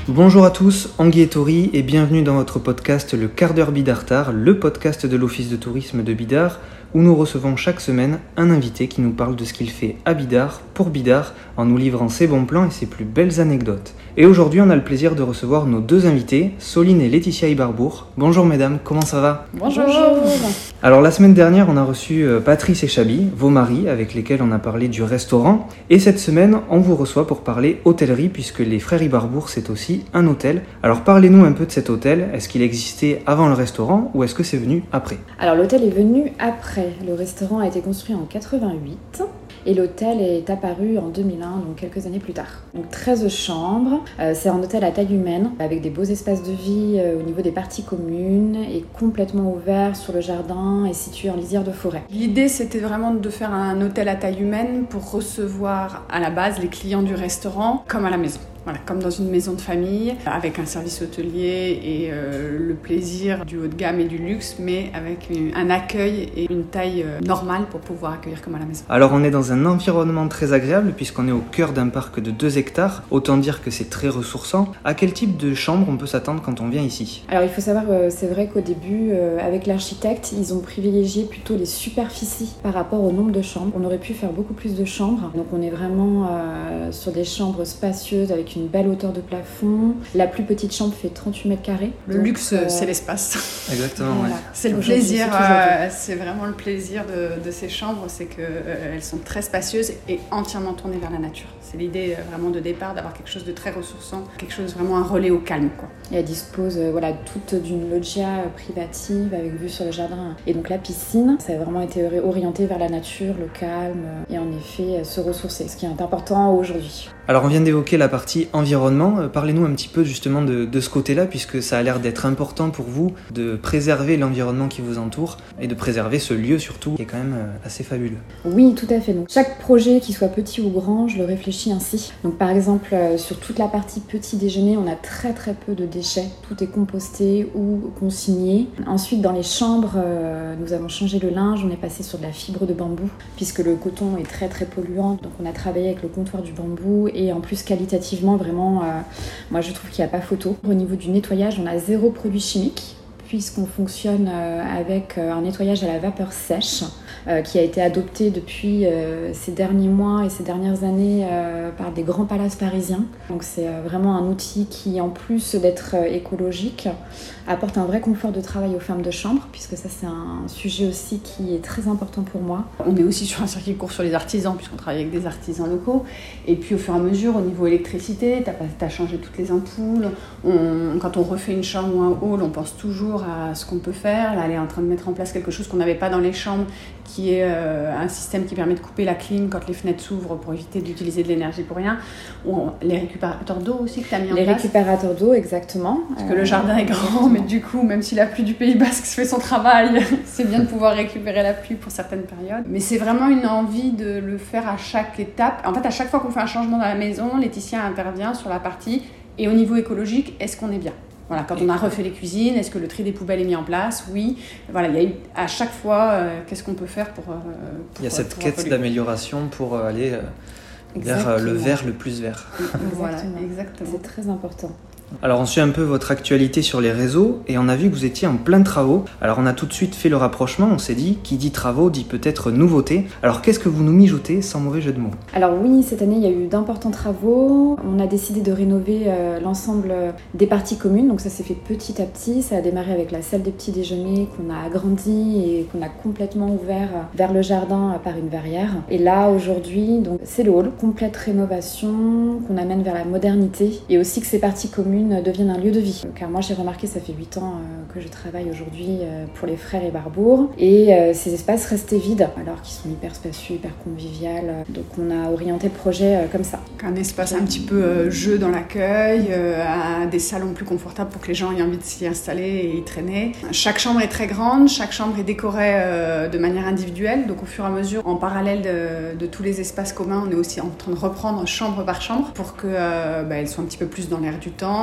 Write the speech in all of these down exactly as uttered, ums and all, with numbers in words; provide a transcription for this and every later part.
Bonjour à tous, Anguille et Tori et bienvenue dans votre podcast Le Quart d'heure Bidartar, le podcast de l'Office de tourisme de Bidart, où nous recevons chaque semaine un invité qui nous parle de ce qu'il fait à Bidart, pour Bidart, en nous livrant ses bons plans et ses plus belles anecdotes. Et aujourd'hui, on a le plaisir de recevoir nos deux invités, Soline et Laetitia Ibarbour. Bonjour mesdames, comment ça va ? Bonjour. Alors la semaine dernière, on a reçu Patrice et Chabi, vos maris, avec lesquels on a parlé du restaurant. Et cette semaine, on vous reçoit pour parler hôtellerie, puisque les frères Ibarbour, c'est aussi un hôtel. Alors parlez-nous un peu de cet hôtel. Est-ce qu'il existait avant le restaurant ou est-ce que c'est venu après ? Alors l'hôtel est venu après. Le restaurant a été construit en quatre-vingt-huit et l'hôtel est apparu en deux mille un, donc quelques années plus tard. Donc treize chambres, euh, c'est un hôtel à taille humaine avec des beaux espaces de vie euh, au niveau des parties communes et complètement ouvert sur le jardin et situé en lisière de forêt. L'idée c'était vraiment de faire un hôtel à taille humaine pour recevoir à la base les clients du restaurant comme à la maison. Voilà, comme dans une maison de famille, avec un service hôtelier et euh, le plaisir du haut de gamme et du luxe, mais avec une, un accueil et une taille euh, normale pour pouvoir accueillir comme à la maison. Alors on est dans un environnement très agréable puisqu'on est au cœur d'un parc de deux hectares, autant dire que c'est très ressourçant. À quel type de chambre on peut s'attendre quand on vient ici ? Alors il faut savoir, euh, c'est vrai qu'au début, euh, avec l'architecte, ils ont privilégié plutôt les superficies par rapport au nombre de chambres. On aurait pu faire beaucoup plus de chambres, donc on est vraiment euh, sur des chambres spacieuses avec une belle hauteur de plafond. La plus petite chambre fait trente-huit mètres carrés. Le donc, luxe, euh... c'est l'espace. Exactement, voilà. ouais. C'est le Aujourd'hui, plaisir, c'est, euh, c'est vraiment le plaisir de, de ces chambres, c'est qu'elles euh, sont très spacieuses et entièrement tournées vers la nature. C'est l'idée euh, vraiment de départ d'avoir quelque chose de très ressourçant, quelque chose vraiment un relais au calme, quoi. Et elle dispose euh, voilà, toute d'une loggia privative avec vue sur le jardin et donc la piscine. Ça a vraiment été orienté vers la nature, le calme et en effet se ressourcer, ce qui est important aujourd'hui. Alors on vient d'évoquer la partie environnement, parlez-nous un petit peu justement de, de ce côté-là puisque ça a l'air d'être important pour vous de préserver l'environnement qui vous entoure et de préserver ce lieu surtout qui est quand même assez fabuleux. Oui, tout à fait. Donc, chaque projet, qu'il soit petit ou grand, je le réfléchis ainsi. Donc par exemple, sur toute la partie petit déjeuner, on a très très peu de déchets, tout est composté ou consigné. Ensuite dans les chambres, euh, nous avons changé le linge, on est passé sur de la fibre de bambou puisque le coton est très très polluant, donc on a travaillé avec le comptoir du bambou. Et en plus, qualitativement, vraiment, euh, moi je trouve qu'il n'y a pas photo. Au niveau du nettoyage, on a zéro produit chimique, puisqu'on fonctionne euh, avec euh, un nettoyage à la vapeur sèche, euh, qui a été adopté depuis euh, ces derniers mois et ces dernières années euh, par des grands palaces parisiens. Donc c'est euh, vraiment un outil qui, en plus d'être euh, écologique, apporte un vrai confort de travail aux femmes de chambre, puisque ça c'est un sujet aussi qui est très important pour moi. On est aussi sur un circuit court sur les artisans, puisqu'on travaille avec des artisans locaux. Et puis au fur et à mesure, au niveau électricité, t'as, t'as changé toutes les ampoules. On, quand on refait une chambre ou un hall, on pense toujours à ce qu'on peut faire. Là, elle est en train de mettre en place quelque chose qu'on n'avait pas dans les chambres, qui est euh, un système qui permet de couper la clim quand les fenêtres s'ouvrent pour éviter d'utiliser de l'énergie pour rien. Ou les récupérateurs d'eau aussi que tu as mis en les place. Les récupérateurs d'eau, exactement. Parce que euh, le jardin est grand, mais du coup, même si la pluie du Pays Basque fait son travail, c'est bien de pouvoir récupérer la pluie pour certaines périodes. Mais c'est vraiment une envie de le faire à chaque étape. En fait, à chaque fois qu'on fait un changement dans la maison, Laetitia intervient sur la partie et au niveau écologique, est-ce qu'on est bien ? Voilà, quand on a refait les cuisines, est-ce que le tri des poubelles est mis en place ? Oui. Voilà, il y a eu à chaque fois, euh, qu'est-ce qu'on peut faire pour, euh, pour il y a cette pour quête affoler. D'amélioration pour aller euh, vers euh, le vert le plus vert. Exactement. Voilà, exactement. C'est très important. Alors on suit un peu votre actualité sur les réseaux et on a vu que vous étiez en plein travaux. Alors on a tout de suite fait le rapprochement, on s'est dit, qui dit travaux dit peut-être nouveauté. Alors qu'est-ce que vous nous mijotez sans mauvais jeu de mots ? Alors oui, cette année il y a eu d'importants travaux. On a décidé de rénover euh, l'ensemble des parties communes, donc ça s'est fait petit à petit. Ça a démarré avec la salle des petits déjeuners qu'on a agrandie et qu'on a complètement ouvert vers le jardin par une verrière. Et là aujourd'hui, donc c'est le hall, complète rénovation qu'on amène vers la modernité et aussi que ces parties communes deviennent un lieu de vie. Car moi j'ai remarqué, ça fait huit ans euh, que je travaille aujourd'hui euh, pour les frères Ibarbour et euh, ces espaces restaient vides alors qu'ils sont hyper spacieux, hyper convivial. Donc on a orienté le projet euh, comme ça. Un espace un petit peu euh, jeu dans l'accueil, euh, à des salons plus confortables pour que les gens aient envie de s'y installer et y traîner. Chaque chambre est très grande, chaque chambre est décorée euh, de manière individuelle, donc au fur et à mesure, en parallèle de, de tous les espaces communs, on est aussi en train de reprendre chambre par chambre pour qu'elles euh, bah, soient un petit peu plus dans l'air du temps.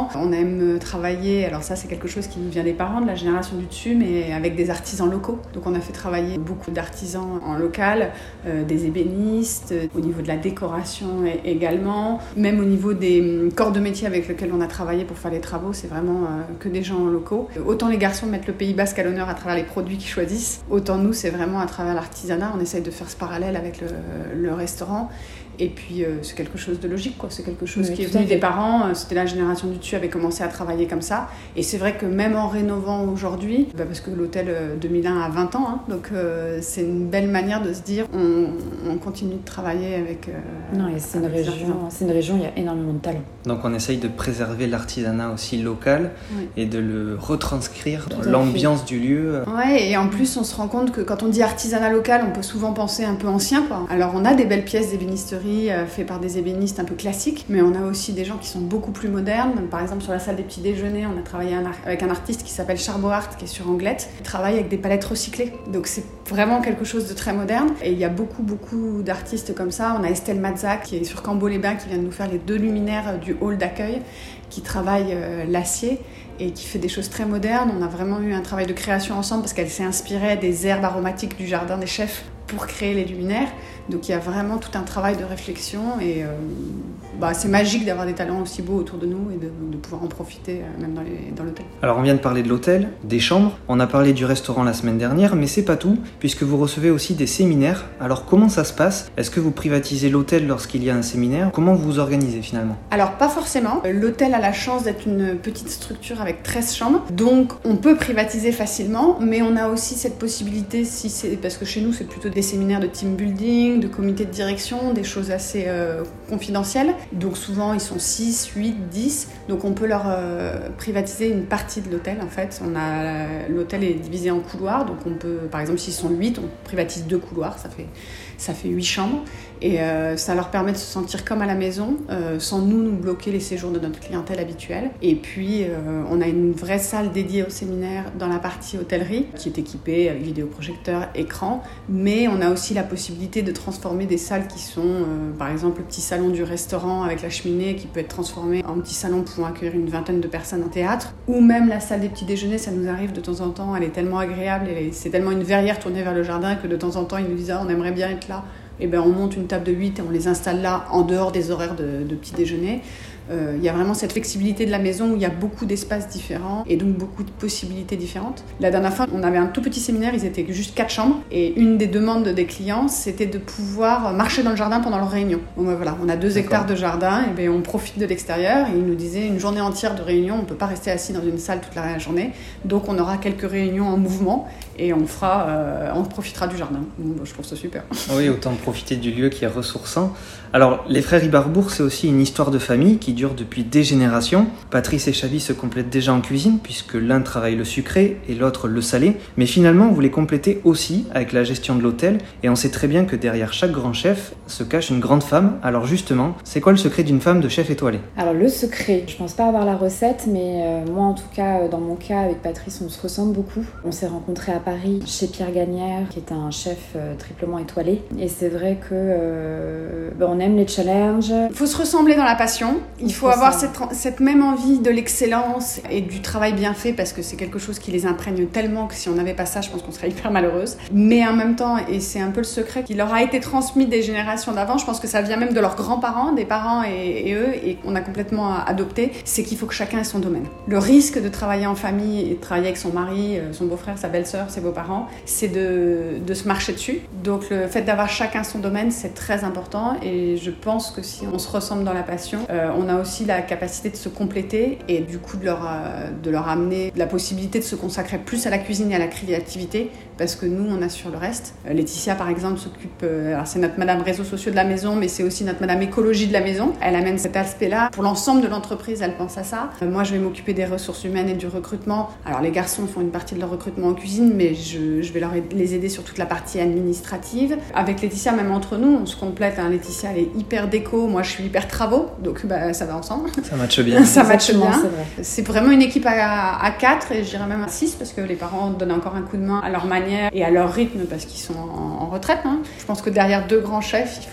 restaurant. On aime travailler, alors ça c'est quelque chose qui nous vient des parents, de la génération du dessus, mais avec des artisans locaux. Donc on a fait travailler beaucoup d'artisans en local, euh, des ébénistes, euh, au niveau de la décoration également, même au niveau des corps de métier avec lesquels on a travaillé pour faire les travaux, c'est vraiment euh, que des gens locaux. Autant les garçons mettent le Pays Basque à l'honneur à travers les produits qu'ils choisissent, autant nous c'est vraiment à travers l'artisanat. On essaye de faire ce parallèle avec le, le restaurant. Et puis euh, c'est quelque chose de logique, quoi. C'est quelque chose oui, qui est venu des parents. C'était la génération du dessus avait commencé à travailler comme ça. Et c'est vrai que même en rénovant aujourd'hui, bah parce que l'hôtel euh, deux mille un a vingt ans, hein, donc euh, c'est une belle manière de se dire on, on continue de travailler avec. Euh, non, et c'est une région, c'est une région où il y a énormément de talent. Donc on essaye de préserver l'artisanat aussi local oui. et de le retranscrire dans l'ambiance du lieu. Ouais, et en plus on se rend compte que quand on dit artisanat local, on peut souvent penser un peu ancien, quoi. Alors on a des belles pièces d'ébénisterie fait par des ébénistes un peu classiques, mais on a aussi des gens qui sont beaucoup plus modernes. Par exemple, sur la salle des petits déjeuners, on a travaillé avec un artiste qui s'appelle Charboart, qui est sur Anglette, qui travaille avec des palettes recyclées. Donc c'est vraiment quelque chose de très moderne. Et il y a beaucoup, beaucoup d'artistes comme ça. On a Estelle Mazzac, qui est sur Cambo-les-Bains, qui vient de nous faire les deux luminaires du hall d'accueil, qui travaille euh, l'acier et qui fait des choses très modernes. On a vraiment eu un travail de création ensemble parce qu'elle s'est inspirée des herbes aromatiques du jardin des chefs pour créer les luminaires. Donc il y a vraiment tout un travail de réflexion et euh, bah, c'est magique d'avoir des talents aussi beaux autour de nous et de, de pouvoir en profiter euh, même dans, les, dans l'hôtel. Alors on vient de parler de l'hôtel, des chambres, on a parlé du restaurant la semaine dernière, mais c'est pas tout puisque vous recevez aussi des séminaires. Alors comment ça se passe ? Est-ce que vous privatisez l'hôtel lorsqu'il y a un séminaire ? Comment vous vous organisez finalement ? Alors pas forcément. L'hôtel a la chance d'être une petite structure avec treize chambres, donc on peut privatiser facilement, mais on a aussi cette possibilité, si c'est parce que chez nous c'est plutôt des séminaires de team building, de comité de direction, des choses assez euh, confidentielles. Donc souvent ils sont six, huit, dix, donc on peut leur euh, privatiser une partie de l'hôtel en fait. On a, l'hôtel est divisé en couloirs, donc on peut, par exemple s'ils sont huit, on privatise deux couloirs, ça fait, ça fait huit chambres. Et euh, ça leur permet de se sentir comme à la maison, euh, sans nous, nous bloquer les séjours de notre clientèle habituelle. Et puis, euh, on a une vraie salle dédiée au séminaire dans la partie hôtellerie, qui est équipée avec vidéoprojecteur, écran. Mais on a aussi la possibilité de transformer des salles qui sont, euh, par exemple, le petit salon du restaurant avec la cheminée, qui peut être transformé en petit salon pour accueillir une vingtaine de personnes en théâtre. Ou même la salle des petits déjeuners, ça nous arrive de temps en temps. Elle est tellement agréable, et c'est tellement une verrière tournée vers le jardin que de temps en temps, ils nous disent « Ah, on aimerait bien être là ». Et ben on monte une table de huit et on les installe là en dehors des horaires de, de petit déjeuner. Euh, il y a vraiment cette flexibilité de la maison où il y a beaucoup d'espaces différents et donc beaucoup de possibilités différentes. La dernière fois, on avait un tout petit séminaire, ils étaient juste quatre chambres et une des demandes des clients, c'était de pouvoir marcher dans le jardin pendant leur réunion. Bon, ben voilà, on a deux D'accord. hectares de jardin, et ben on profite de l'extérieur et ils nous disaient une journée entière de réunion, on ne peut pas rester assis dans une salle toute la journée, donc on aura quelques réunions en mouvement et on fera, euh, on profitera du jardin. Bon, ben, je trouve ça super. Oui, autant profiter du lieu qui est ressourçant. Alors, les frères Ibarbourg, c'est aussi une histoire de famille qui dure depuis des générations. Patrice et Xavi se complètent déjà en cuisine, puisque l'un travaille le sucré et l'autre le salé. Mais finalement, vous les complétez aussi avec la gestion de l'hôtel. Et on sait très bien que derrière chaque grand chef se cache une grande femme. Alors justement, c'est quoi le secret d'une femme de chef étoilé ? Alors le secret, je pense pas avoir la recette, mais euh, moi en tout cas, dans mon cas, avec Patrice, on se ressemble beaucoup. On s'est rencontrés à Paris chez Pierre Gagnère, qui est un chef euh, triplement étoilé. Et c'est vrai que euh, ben, on aime les challenges. Il faut se ressembler dans la passion. Il faut avoir cette, cette même envie de l'excellence et du travail bien fait, parce que c'est quelque chose qui les imprègne tellement que si on n'avait pas ça, je pense qu'on serait hyper malheureuse. Mais en même temps, et c'est un peu le secret qui leur a été transmis des générations d'avant, je pense que ça vient même de leurs grands-parents, des parents et, et eux, et qu'on a complètement adopté, c'est qu'il faut que chacun ait son domaine. Le risque de travailler en famille et de travailler avec son mari, son beau-frère, sa belle-sœur, ses beaux-parents, c'est de, de se marcher dessus. Donc le fait d'avoir chacun son domaine, c'est très important, et je pense que si on se ressemble dans la passion, euh, on a aussi la capacité de se compléter et du coup de leur, euh, de leur amener la possibilité de se consacrer plus à la cuisine et à la créativité, parce que nous on assure le reste. Euh, Laetitia par exemple s'occupe, euh, alors c'est notre madame réseaux sociaux de la maison, mais c'est aussi notre madame écologie de la maison. Elle amène cet aspect-là. Pour l'ensemble de l'entreprise, elle pense à ça. Euh, moi je vais m'occuper des ressources humaines et du recrutement. Alors les garçons font une partie de leur recrutement en cuisine, mais je, je vais leur aider, les aider sur toute la partie administrative. Avec Laetitia, même entre nous, on se complète. Hein. Laetitia elle est hyper déco, moi je suis hyper travaux, donc bah, ça va ensemble. Ça matche bien. Ça matche bien. C'est, c'est vraiment une équipe à, à quatre, et je dirais même à six, parce que les parents donnent encore un coup de main à leur manière et à leur rythme, parce qu'ils sont en, en retraite. Hein. Je pense que derrière deux grands chefs, il faut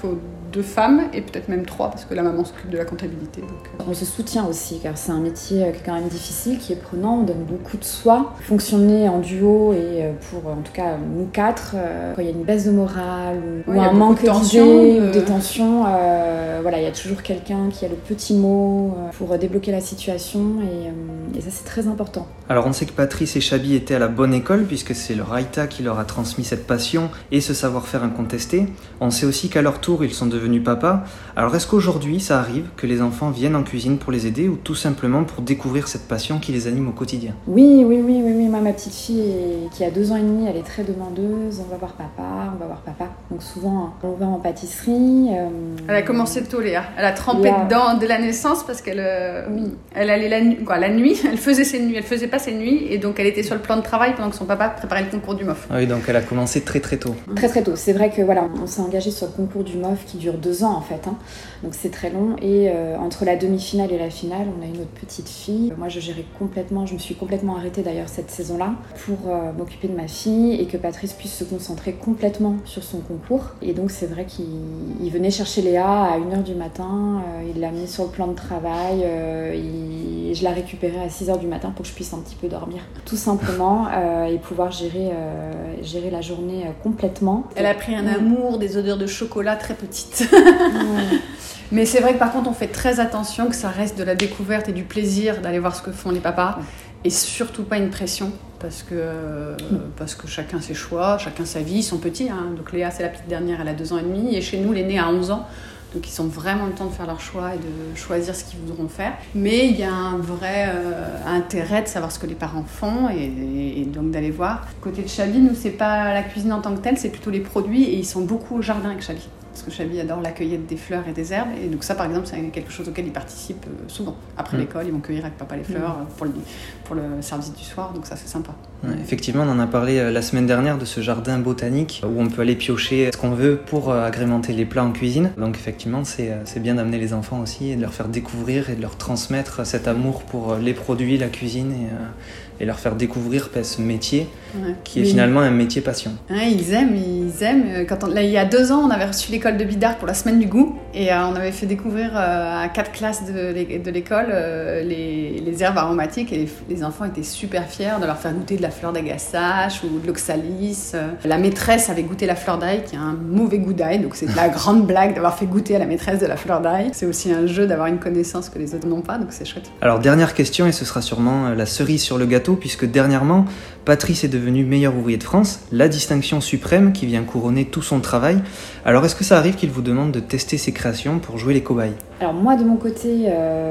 deux femmes et peut-être même trois parce que la maman s'occupe de la comptabilité. Donc, euh... On se soutient aussi car c'est un métier qui est quand même difficile, qui est prenant, on donne beaucoup de soi. Fonctionner en duo et pour en tout cas nous quatre, euh, quand il y a une baisse de morale ou, ouais, ou un manque d'idées de... ou des tensions, euh, voilà, il y a toujours quelqu'un qui a le petit mot euh, pour débloquer la situation et, euh, et ça c'est très important. Alors on sait que Patrice et Chabi étaient à la bonne école puisque c'est leur Aïta qui leur a transmis cette passion et ce savoir-faire incontesté. On sait aussi qu'à leur tour ils sont devenus papas. Alors est-ce qu'aujourd'hui ça arrive que les enfants viennent en cuisine pour les aider ou tout simplement pour découvrir cette passion qui les anime au quotidien? Oui, oui, oui, oui, oui. Moi ma petite fille est... qui a deux ans et demi, elle est très demandeuse. On va voir papa, on va voir papa. Donc souvent on va en pâtisserie. Euh... Elle a commencé tôt, Léa. Elle a trempé Léa... dedans dès la naissance parce qu'elle, euh... oui. elle allait la, nu... quoi, la nuit. Elle faisait ses nuits, elle faisait pas ses nuits et donc elle était sur le plan de travail pendant que son papa préparait le concours du M O F. Ah oui, donc elle a commencé très très tôt. Très très tôt. C'est vrai que voilà, on s'est engagé sur le concours du M O F qui dure deux ans en fait. Hein. Donc c'est très long et euh, entre la demi-finale et la finale, on a une autre petite fille. Moi je gérais complètement, je me suis complètement arrêtée d'ailleurs cette saison-là pour euh, m'occuper de ma fille et que Patrice puisse se concentrer complètement sur son concours. Et donc c'est vrai qu'il il venait chercher Léa à une heure du matin, euh, il l'a mis sur le plan de travail, euh, il, je la récupérais à six heures du matin pour que je puisse un petit peu dormir, tout simplement, euh, et pouvoir gérer, euh, gérer la journée euh, complètement. Elle a pris un amour, des odeurs de chocolat très petites. Ouais. Mais c'est vrai que par contre on fait très attention que ça reste de la découverte et du plaisir d'aller voir ce que font les papas et surtout pas une pression parce que, euh, parce que chacun ses choix, chacun sa vie, ils sont petits, hein. Donc Léa c'est la petite dernière, elle a deux ans et demi et chez nous l'aînée a onze ans. Donc ils ont vraiment le temps de faire leur choix et de choisir ce qu'ils voudront faire. Mais il y a un vrai euh, intérêt de savoir ce que les parents font et, et, et donc d'aller voir. Côté de Chabi, nous c'est pas la cuisine en tant que telle, c'est plutôt les produits et ils sont beaucoup au jardin avec Chabi. Parce que Chabi adore la cueillette des fleurs et des herbes et donc ça par exemple c'est quelque chose auquel il participe souvent. Après mmh. l'école ils vont cueillir avec papa les fleurs mmh. pour, le, pour le service du soir, donc ça c'est sympa. Ouais, effectivement on en a parlé la semaine dernière de ce jardin botanique où on peut aller piocher ce qu'on veut pour agrémenter les plats en cuisine. Donc effectivement c'est, c'est bien d'amener les enfants aussi et de leur faire découvrir et de leur transmettre cet amour pour les produits, la cuisine et, et leur faire découvrir ce métier ouais. qui est Mais finalement un métier passion. Ouais, ils aiment, ils aiment. Quand on, là, il y a deux ans on avait reçu l'école de Bidart pour la semaine du goût et euh, on avait fait découvrir euh, à quatre classes de, de l'école euh, les, les herbes aromatiques et les, les enfants étaient super fiers de leur faire goûter de la fleur d'agastache ou de l'oxalis. La maîtresse avait goûté la fleur d'ail qui a un mauvais goût d'ail, donc c'est de la grande blague d'avoir fait goûter à la maîtresse de la fleur d'ail. C'est aussi un jeu d'avoir une connaissance que les autres n'ont pas, donc c'est chouette. Alors dernière question et ce sera sûrement la cerise sur le gâteau puisque dernièrement Patrice est devenu meilleur ouvrier de France, la distinction suprême qui vient couronner tout son travail. Alors est-ce que ça arrive qu'il vous demande de tester ses créations pour jouer les cobayes? Alors moi de mon côté,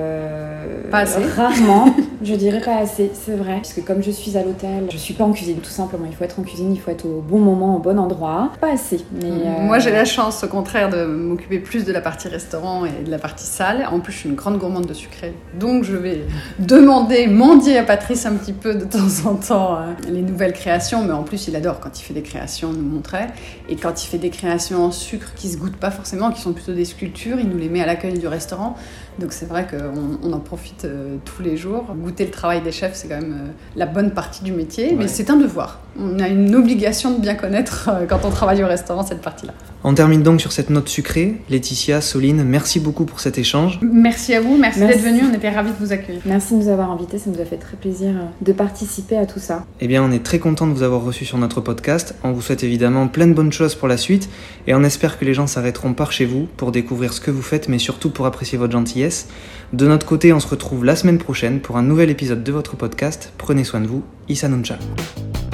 euh, pas assez. Rarement, je dirais pas assez, c'est vrai. Puisque comme je suis à l'hôtel, je suis pas en cuisine tout simplement. Il faut être en cuisine, il faut être au bon moment, au bon endroit. Pas assez. Mais euh... Moi j'ai la chance au contraire de m'occuper plus de la partie restaurant et de la partie salle. En plus je suis une grande gourmande de sucré. Donc je vais demander, mendier à Patrice un petit peu de temps en temps euh, les nouvelles créations. Mais en plus il adore quand il fait des créations, nous montrer. Et quand il fait des créations en sucre qui se goûtent pas forcément, qui sont plutôt des sculptures, il nous les met à l'accueil du restaurant. Donc c'est vrai qu'on on en profite euh, tous les jours. Goûter le travail des chefs, c'est quand même euh, la bonne partie du métier, ouais. Mais c'est un devoir. On a une obligation de bien connaître euh, quand on travaille au restaurant cette partie-là. On termine donc sur cette note sucrée. Laetitia, Soline, merci beaucoup pour cet échange. Merci à vous, merci, merci. d'être venus, on était ravis de vous accueillir. Merci de nous avoir invités, ça nous a fait très plaisir de participer à tout ça. Eh bien on est très content de vous avoir reçu sur notre podcast. On vous souhaite évidemment plein de bonnes choses pour la suite et on espère que les gens s'arrêteront par chez vous pour découvrir ce que vous faites, mais surtout pour apprécier votre gentillesse. De notre côté, on se retrouve la semaine prochaine pour un nouvel épisode de votre podcast. Prenez soin de vous. Issa Nuncha.